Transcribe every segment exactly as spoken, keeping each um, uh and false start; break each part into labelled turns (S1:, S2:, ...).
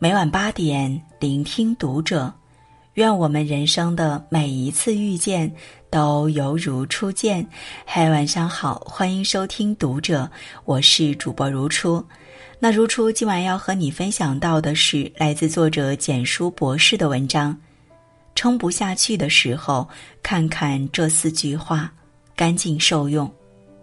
S1: 每晚八点，聆听读者。愿我们人生的每一次遇见都犹如初见。嗨，晚上好，欢迎收听读者，我是主播如初。那如初今晚要和你分享到的是来自作者简书博士的文章，撑不下去的时候，看看这四句话，干净受用。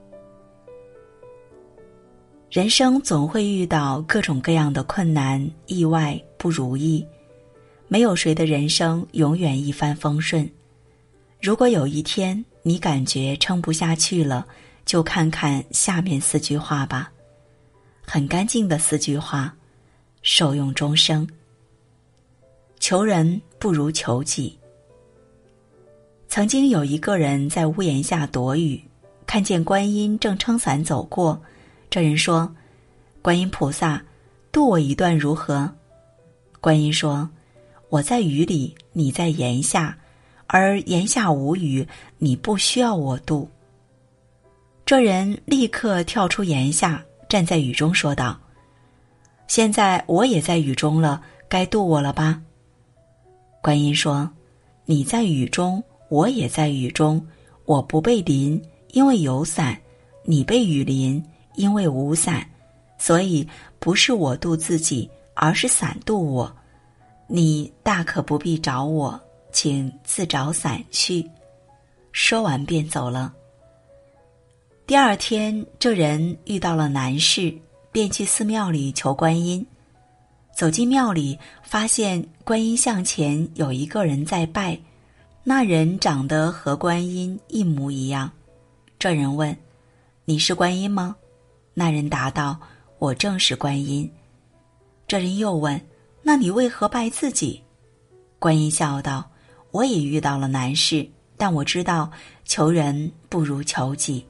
S1: 人生总会遇到各种各样的困难、意外、不如意，没有谁的人生永远一帆风顺。如果有一天你感觉撑不下去了，就看看下面四句话吧，很干净的四句话，受用终生。求人不如求己。曾经有一个人在屋檐下躲雨，看见观音正撑伞走过，这人说：观音菩萨，渡我一段如何？观音说：我在雨里，你在檐下，而檐下无雨，你不需要我渡。这人立刻跳出檐下，站在雨中说道：现在我也在雨中了，该渡我了吧？观音说：你在雨中，我也在雨中，我不被淋，因为有伞，你被雨淋，因为无伞，所以不是我渡自己，而是伞渡我。你大可不必找我，请自找伞去。说完便走了。第二天，这人遇到了难事，便去寺庙里求观音。走进庙里，发现观音像前有一个人在拜，那人长得和观音一模一样。这人问：你是观音吗？那人答道：我正是观音。这人又问：那你为何拜自己？观音笑道：我也遇到了难事，但我知道求人不如求己。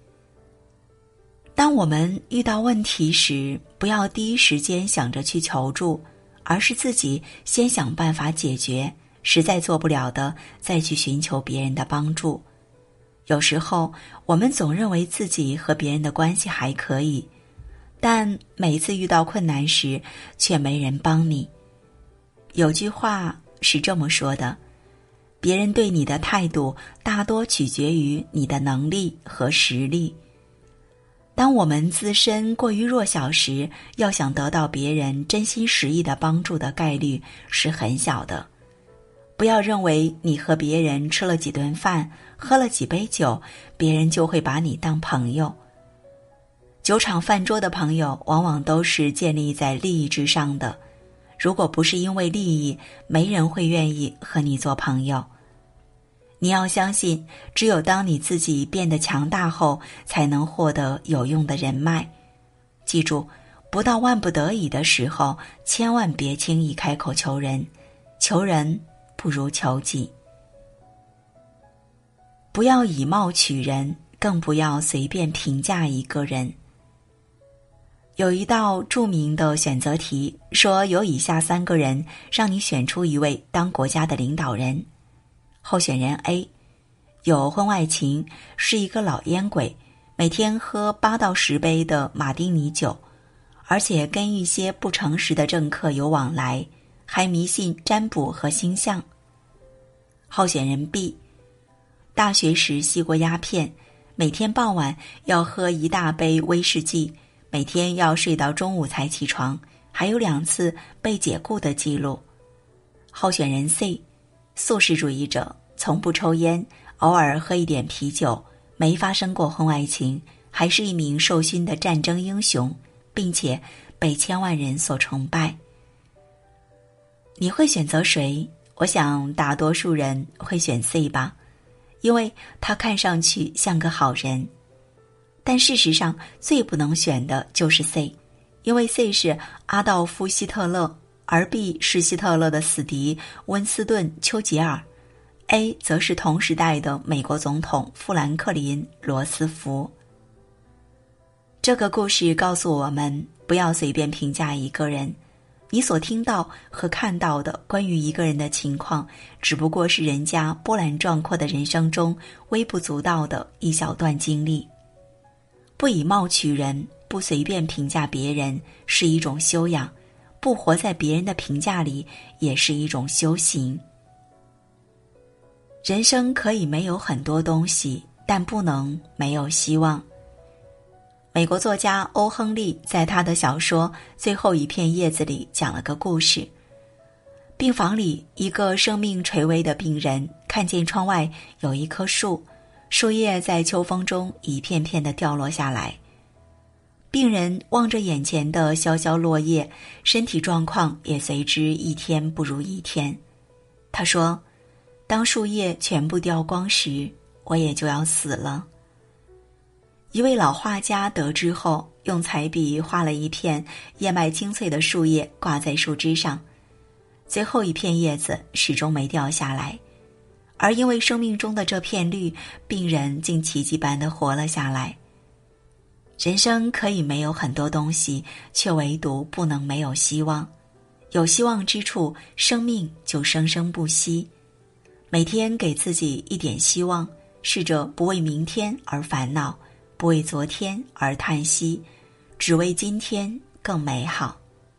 S1: 当我们遇到问题时，不要第一时间想着去求助，而是自己先想办法解决，实在做不了的，再去寻求别人的帮助。有时候我们总认为自己和别人的关系还可以，但每次遇到困难时却没人帮你。有句话是这么说的：别人对你的态度大多取决于你的能力和实力。当我们自身过于弱小时，要想得到别人真心实意的帮助的概率是很小的。不要认为你和别人吃了几顿饭，喝了几杯酒，别人就会把你当朋友。酒场饭桌的朋友往往都是建立在利益之上的，如果不是因为利益，没人会愿意和你做朋友。你要相信，只有当你自己变得强大后，才能获得有用的人脉。记住，不到万不得已的时候，千万别轻易开口求人，求人不如求己。不要以貌取人，更不要随便评价一个人。有一道著名的选择题，说有以下三个人，让你选出一位当国家的领导人。候选人 A 有婚外情，是一个老烟鬼，每天喝八到十杯的马丁尼酒，而且跟一些不诚实的政客有往来，还迷信占卜和星象。候选人 B 大学时吸过鸦片，每天傍晚要喝一大杯威士忌，每天要睡到中午才起床，还有两次被解雇的记录。候选人 C素食主义者，从不抽烟，偶尔喝一点啤酒，没发生过婚外情，还是一名受勋的战争英雄，并且被千万人所崇拜。你会选择谁？我想大多数人会选 C 吧，因为他看上去像个好人。但事实上最不能选的就是 C， 因为 C 是阿道夫·希特勒，而 B 是希特勒的死敌温斯顿·丘吉尔， A 则是同时代的美国总统富兰克林·罗斯福。这个故事告诉我们，不要随便评价一个人，你所听到和看到的关于一个人的情况，只不过是人家波澜壮阔的人生中微不足道的一小段经历。不以貌取人，不随便评价别人，是一种修养； 不活在别人的评价里，也是一种修行。人生可以没有很多东西，但不能没有希望。美国作家欧亨利在他的小说《最后一片叶子》里讲了个故事。病房里，一个生命垂危的病人看见窗外有一棵树，树叶在秋风中一片片地掉落下来。病人望着眼前的萧萧落叶，身体状况也随之一天不如一天。他说，当树叶全部掉光时，我也就要死了。一位老画家得知后，用彩笔画了一片叶脉青翠的树叶挂在树枝上，最后一片叶子始终没掉下来，而因为生命中的这片绿，病人竟奇迹般地活了下来。人生可以没有很多东西，却唯独不能没有希望。有希望之处，生命就生生不息。每天给自己一点希望，试着不为明天而烦恼，不为昨天而叹息，只为今天更美好。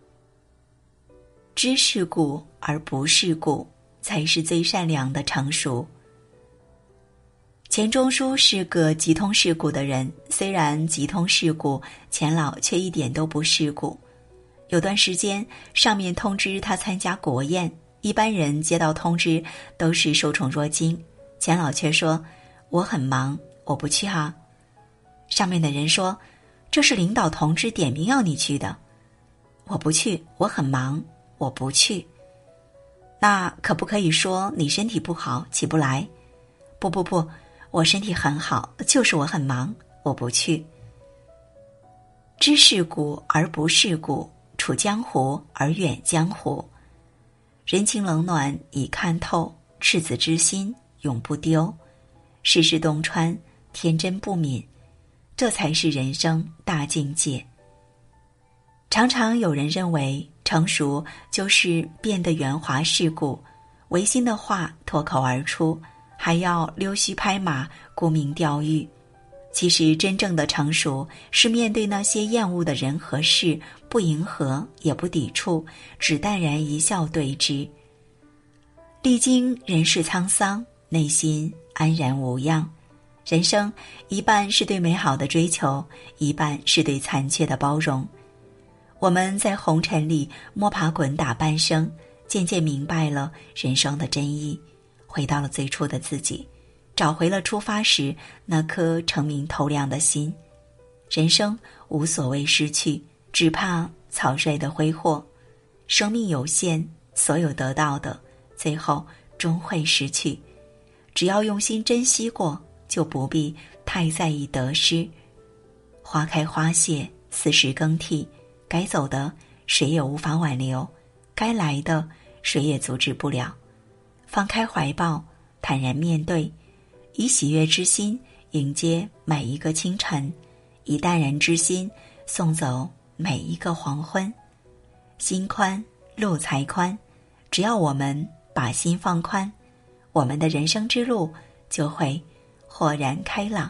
S1: 知世故而不世故，才是最善良的成熟。钱钟书是个极通世故的人，虽然极通世故，钱老却一点都不世故。有段时间，上面通知他参加国宴，一般人接到通知都是受宠若惊，钱老却说：“我很忙，我不去啊。”上面的人说：“这是领导同志点名要你去的。”“我不去，我很忙，我不去。”“那可不可以说你身体不好，起不来？”“不不不，我身体很好，就是我很忙，我不去。”知世故而不世故，处江湖而远江湖。人情冷暖已看透，赤子之心永不丢。世事洞穿，天真不泯，这才是人生大境界。常常有人认为成熟就是变得圆滑世故，违心的话脱口而出，还要溜须拍马，沽名钓誉。其实真正的成熟是面对那些厌恶的人和事，不迎合也不抵触，只淡然一笑对之。历经人世沧桑，内心安然无恙。人生一半是对美好的追求，一半是对残缺的包容。我们在红尘里摸爬滚打半生，渐渐明白了人生的真意，回到了最初的自己，找回了出发时那颗澄明透亮的心。人生无所谓失去，只怕草率的挥霍。生命有限，所有得到的最后终会失去。只要用心珍惜过，就不必太在意得失。花开花谢，四时更替，该走的谁也无法挽留，该来的谁也阻止不了。放开怀抱，坦然面对，以喜悦之心迎接每一个清晨，以淡然之心送走每一个黄昏。心宽路才宽，只要我们把心放宽，我们的人生之路就会豁然开朗。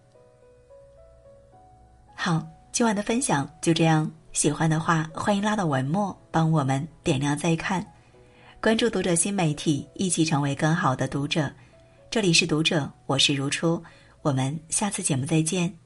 S1: 好，今晚的分享就这样，喜欢的话欢迎拉到文末帮我们点亮再看，关注读者新媒体，一起成为更好的读者。这里是读者，我是如初，我们下次节目再见。